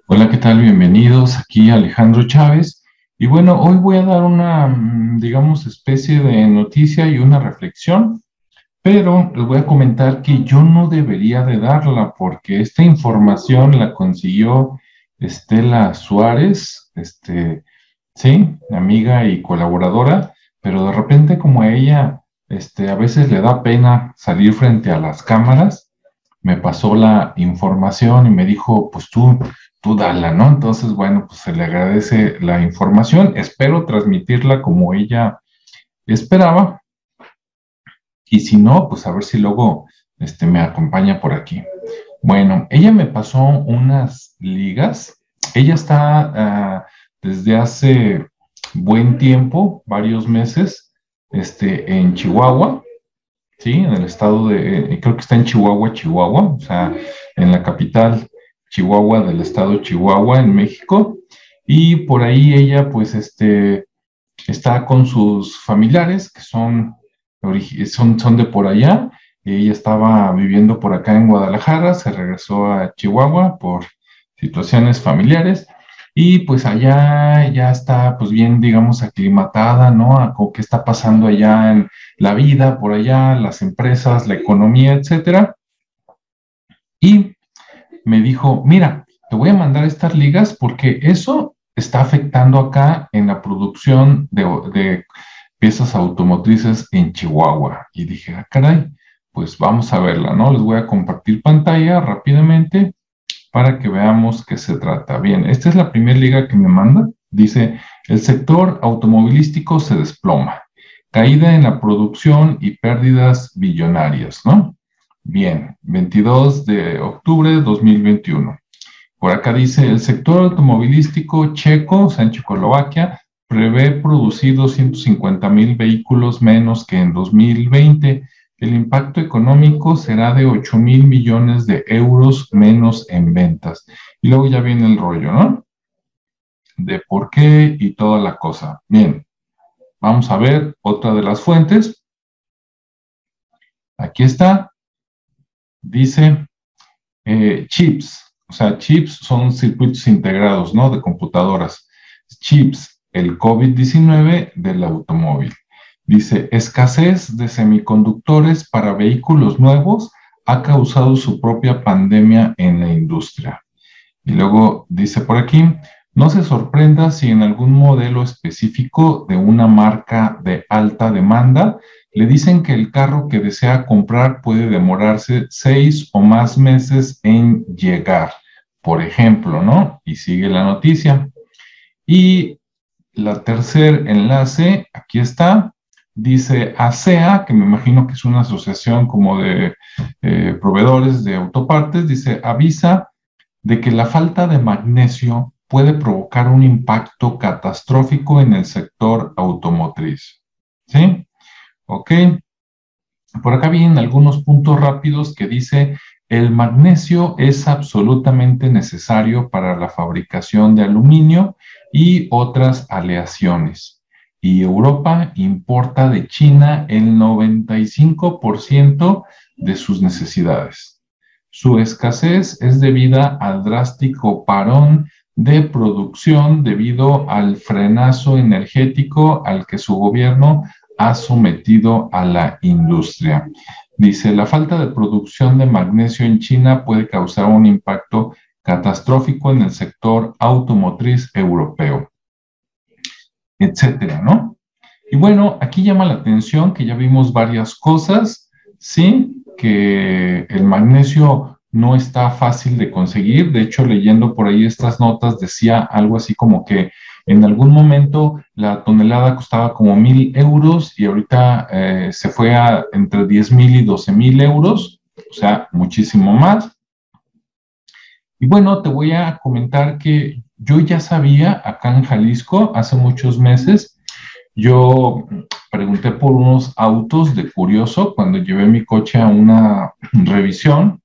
Hola, ¿qué tal? Bienvenidos. Aquí Alejandro Chávez. Y bueno, hoy voy a dar una, digamos, especie de noticia y una reflexión, pero les voy a comentar que yo no debería de darla porque esta información la consiguió Estela Suárez, sí, amiga y colaboradora, pero de repente como a ella, a veces le da pena salir frente a las cámaras, me pasó la información y me dijo, pues tú dala, ¿no? Entonces, bueno, pues se le agradece la información, espero transmitirla como ella esperaba, y si no, pues a ver si luego me acompaña por aquí. Bueno, ella me pasó unas ligas, ella está desde hace buen tiempo, varios meses, en Chihuahua, ¿sí? En el estado creo que está en Chihuahua, Chihuahua, o sea, en la capital Chihuahua del estado de Chihuahua, en México, y por ahí ella, pues, está con sus familiares, que son de por allá. Ella estaba viviendo por acá en Guadalajara, se regresó a Chihuahua por situaciones familiares, y pues allá ya está, pues bien, digamos, aclimatada, ¿no? A qué está pasando allá en la vida, por allá, las empresas, la economía, etcétera. Y me dijo, mira, te voy a mandar estas ligas porque eso está afectando acá en la producción de piezas automotrices en Chihuahua. Y dije, ah, caray, pues vamos a verla, ¿no? Les voy a compartir pantalla rápidamente para que veamos qué se trata. Bien, esta es la primera liga que me manda. Dice, el sector automovilístico se desploma. Caída en la producción y pérdidas billonarias, ¿no? Bien, 22 de octubre de 2021. Por acá dice, el sector automovilístico checo, o sea, en Checoslovaquia, prevé producir 250,000 vehículos menos que en 2020. El impacto económico será de 8,000 millones de euros menos en ventas. Y luego ya viene el rollo, ¿no? De por qué y toda la cosa. Bien, vamos a ver otra de las fuentes. Aquí está. Dice chips. O sea, chips son circuitos integrados, ¿no? De computadoras. Chips, el COVID-19 del automóvil. Dice, escasez de semiconductores para vehículos nuevos ha causado su propia pandemia en la industria. Y luego dice por aquí, no se sorprenda si en algún modelo específico de una marca de alta demanda le dicen que el carro que desea comprar puede demorarse 6 o más meses en llegar, por ejemplo, ¿no? Y sigue la noticia. Y la tercer enlace, aquí está, dice ASEA, que me imagino que es una asociación como de proveedores de autopartes, dice, avisa de que la falta de magnesio puede provocar un impacto catastrófico en el sector automotriz. ¿Sí? Ok. Por acá vienen algunos puntos rápidos que dice, el magnesio es absolutamente necesario para la fabricación de aluminio y otras aleaciones. Y Europa importa de China el 95% de sus necesidades. Su escasez es debida al drástico parón de producción debido al frenazo energético al que su gobierno ha sometido a la industria. Dice, la falta de producción de magnesio en China puede causar un impacto catastrófico en el sector automotriz europeo, etcétera, ¿no? Y bueno, aquí llama la atención que ya vimos varias cosas, ¿sí? Que el magnesio no está fácil de conseguir. De hecho, leyendo por ahí estas notas, decía algo así como que en algún momento la tonelada costaba como 1,000 euros y ahorita se fue a entre 10,000 y 12,000 euros, o sea, muchísimo más. Y bueno, te voy a comentar que yo ya sabía acá en Jalisco hace muchos meses. Yo pregunté por unos autos de curioso cuando llevé mi coche a una revisión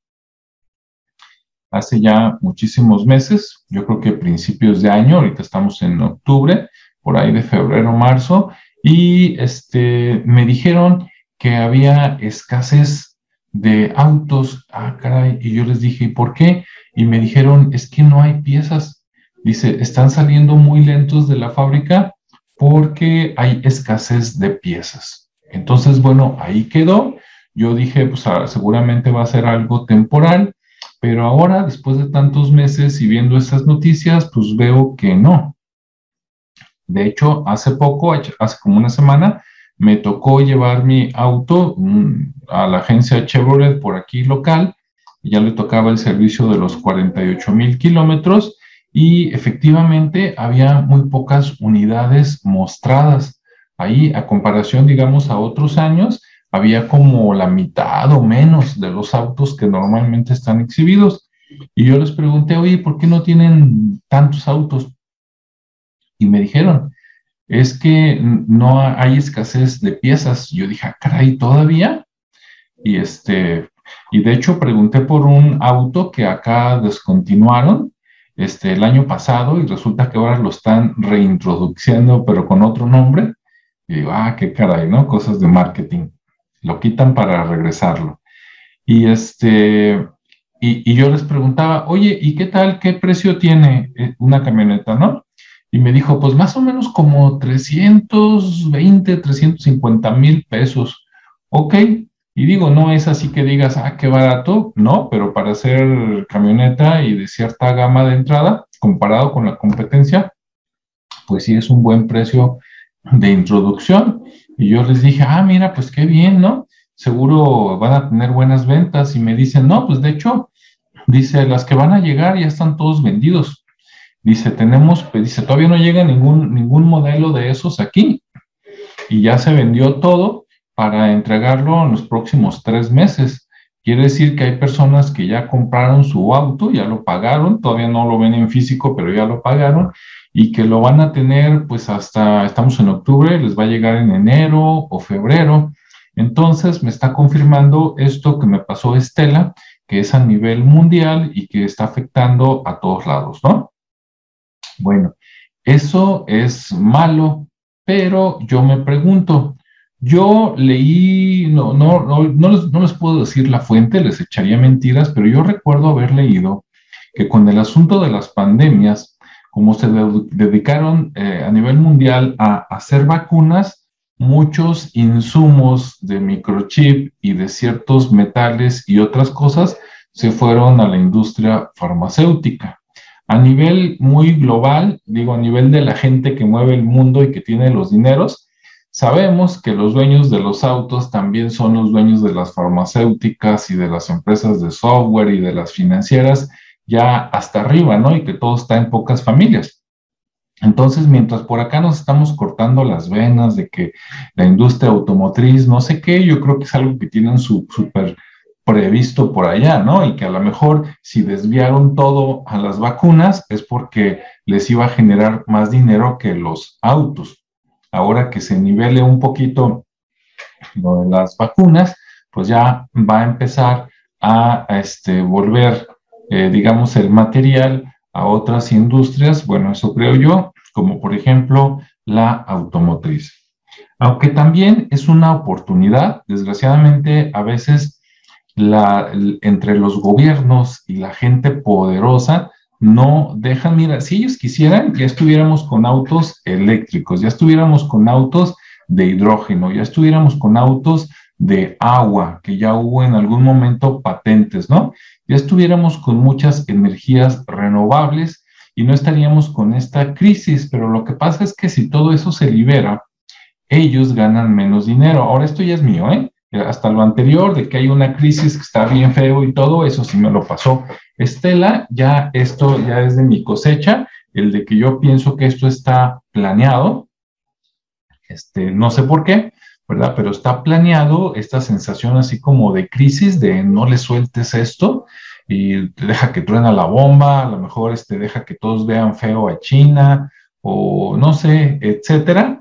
hace ya muchísimos meses, yo creo que principios de año, ahorita estamos en octubre, por ahí de febrero, marzo, y me dijeron que había escasez de autos. Ah, caray, y yo les dije, ¿y por qué? y me dijeron, es que no hay piezas. Dice, están saliendo muy lentos de la fábrica porque hay escasez de piezas. Entonces, bueno, ahí quedó. Yo dije, pues seguramente va a ser algo temporal, pero ahora, después de tantos meses y viendo esas noticias, pues veo que no. De hecho, hace poco, hace como una semana, me tocó llevar mi auto a la agencia Chevrolet por aquí local. Ya le tocaba el servicio de los 48,000 kilómetros y efectivamente había muy pocas unidades mostradas. Ahí, a comparación, digamos, a otros años, había como la mitad o menos de los autos que normalmente están exhibidos. Y yo les pregunté, oye, ¿por qué no tienen tantos autos? Y me dijeron, es que no hay escasez de piezas. Yo dije, ah, caray, ¿todavía? Y y de hecho pregunté por un auto que acá descontinuaron el año pasado y resulta que ahora lo están reintroduciendo, pero con otro nombre. Y digo, ah, qué caray, ¿no? Cosas de marketing. Lo quitan para regresarlo. Y y yo les preguntaba, oye, ¿y qué tal? ¿Qué precio tiene una camioneta, no? Y me dijo, pues más o menos como 320, 350,000 pesos. Ok. Y digo, no es así que digas, ah, qué barato, no, pero para hacer camioneta y de cierta gama de entrada, comparado con la competencia, pues sí es un buen precio de introducción. Y yo les dije, ah, mira, pues qué bien, ¿no? Seguro van a tener buenas ventas. Y me dicen, no, pues de hecho, dice, las que van a llegar ya están todos vendidos. Dice, pues dice, todavía no llega ningún modelo de esos aquí. Y ya se vendió todo para entregarlo en los próximos 3 meses. Quiere decir que hay personas que ya compraron su auto, ya lo pagaron, todavía no lo ven en físico, pero ya lo pagaron, y que lo van a tener pues hasta, estamos en octubre, les va a llegar en enero o febrero. Entonces me está confirmando esto que me pasó Estela, que es a nivel mundial y que está afectando a todos lados, ¿no? Bueno, eso es malo, pero yo me pregunto, yo leí, no les puedo decir la fuente, les echaría mentiras, pero yo recuerdo haber leído que con el asunto de las pandemias, como se dedicaron a nivel mundial a hacer vacunas, muchos insumos de microchip y de ciertos metales y otras cosas se fueron a la industria farmacéutica. A nivel muy global, digo, a nivel de la gente que mueve el mundo y que tiene los dineros, sabemos que los dueños de los autos también son los dueños de las farmacéuticas y de las empresas de software y de las financieras, ya hasta arriba, ¿no? Y que todo está en pocas familias. Entonces, mientras por acá nos estamos cortando las venas de que la industria automotriz, no sé qué, yo creo que es algo que tienen súper previsto por allá, ¿no? Y que a lo mejor si desviaron todo a las vacunas es porque les iba a generar más dinero que los autos. Ahora que se nivele un poquito lo de las vacunas, pues ya va a empezar a volver, digamos, el material a otras industrias, bueno, eso creo yo, como por ejemplo la automotriz. Aunque también es una oportunidad, desgraciadamente a veces entre los gobiernos y la gente poderosa no dejan, mira, si ellos quisieran, ya estuviéramos con autos eléctricos, ya estuviéramos con autos de hidrógeno, ya estuviéramos con autos de agua, que ya hubo en algún momento patentes, ¿no? Ya estuviéramos con muchas energías renovables y no estaríamos con esta crisis, pero lo que pasa es que si todo eso se libera, ellos ganan menos dinero. Ahora esto ya es mío, ¿eh? Hasta lo anterior, de que hay una crisis que está bien feo y todo, eso sí me lo pasó Estela, ya esto ya es de mi cosecha, el de que yo pienso que esto está planeado, no sé por qué, ¿verdad? Pero está planeado esta sensación así como de crisis, de no le sueltes esto y te deja que truena la bomba, a lo mejor deja que todos vean feo a China o no sé, etcétera,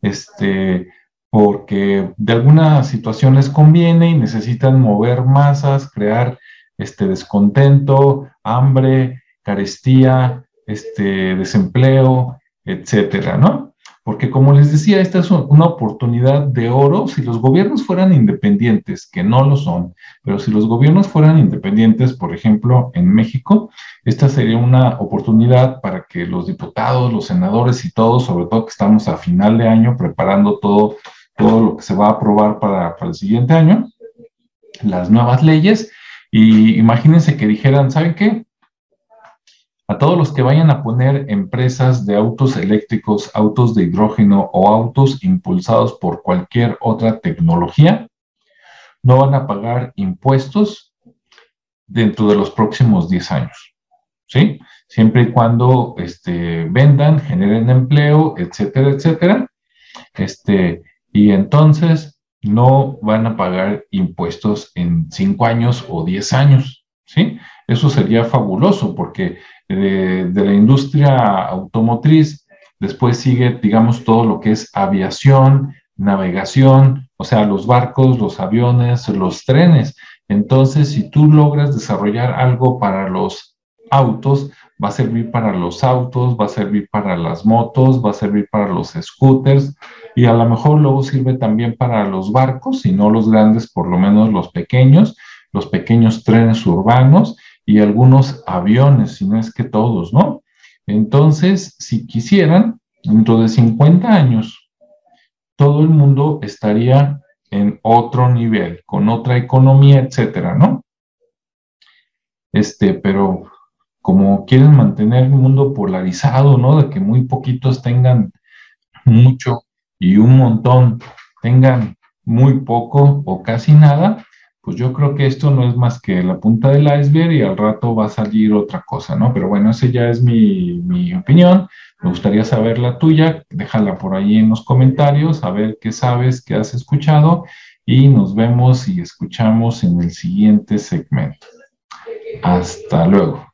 porque de alguna situación les conviene y necesitan mover masas, crear descontento, hambre, carestía, desempleo, etcétera, ¿no? Porque como les decía, esta es una oportunidad de oro. Si los gobiernos fueran independientes, que no lo son, pero si los gobiernos fueran independientes, por ejemplo, en México, esta sería una oportunidad para que los diputados, los senadores y todos, sobre todo que estamos a final de año preparando todo lo que se va a aprobar para el siguiente año, las nuevas leyes, y imagínense que dijeran, ¿saben qué? A todos los que vayan a poner empresas de autos eléctricos, autos de hidrógeno o autos impulsados por cualquier otra tecnología, no van a pagar impuestos dentro de los próximos 10 años, ¿sí? Siempre y cuando vendan, generen empleo, etcétera, etcétera. Y entonces no van a pagar impuestos en 5 años o 10 años, ¿sí? Eso sería fabuloso porque de la industria automotriz después sigue, digamos, todo lo que es aviación, navegación, o sea, los barcos, los aviones, los trenes. Entonces, si tú logras desarrollar algo para los autos, va a servir para los autos, va a servir para las motos, va a servir para los scooters y a lo mejor luego sirve también para los barcos, si no los grandes, por lo menos los pequeños trenes urbanos y algunos aviones, si no es que todos, ¿no? Entonces, si quisieran, dentro de 50 años, todo el mundo estaría en otro nivel, con otra economía, etcétera, ¿no? Pero como quieren mantener el mundo polarizado, ¿no? De que muy poquitos tengan mucho y un montón tengan muy poco o casi nada, pues yo creo que esto no es más que la punta del iceberg y al rato va a salir otra cosa, ¿no? Pero bueno, esa ya es mi opinión. Me gustaría saber la tuya. Déjala por ahí en los comentarios, a ver qué sabes, qué has escuchado y nos vemos y escuchamos en el siguiente segmento. Hasta luego.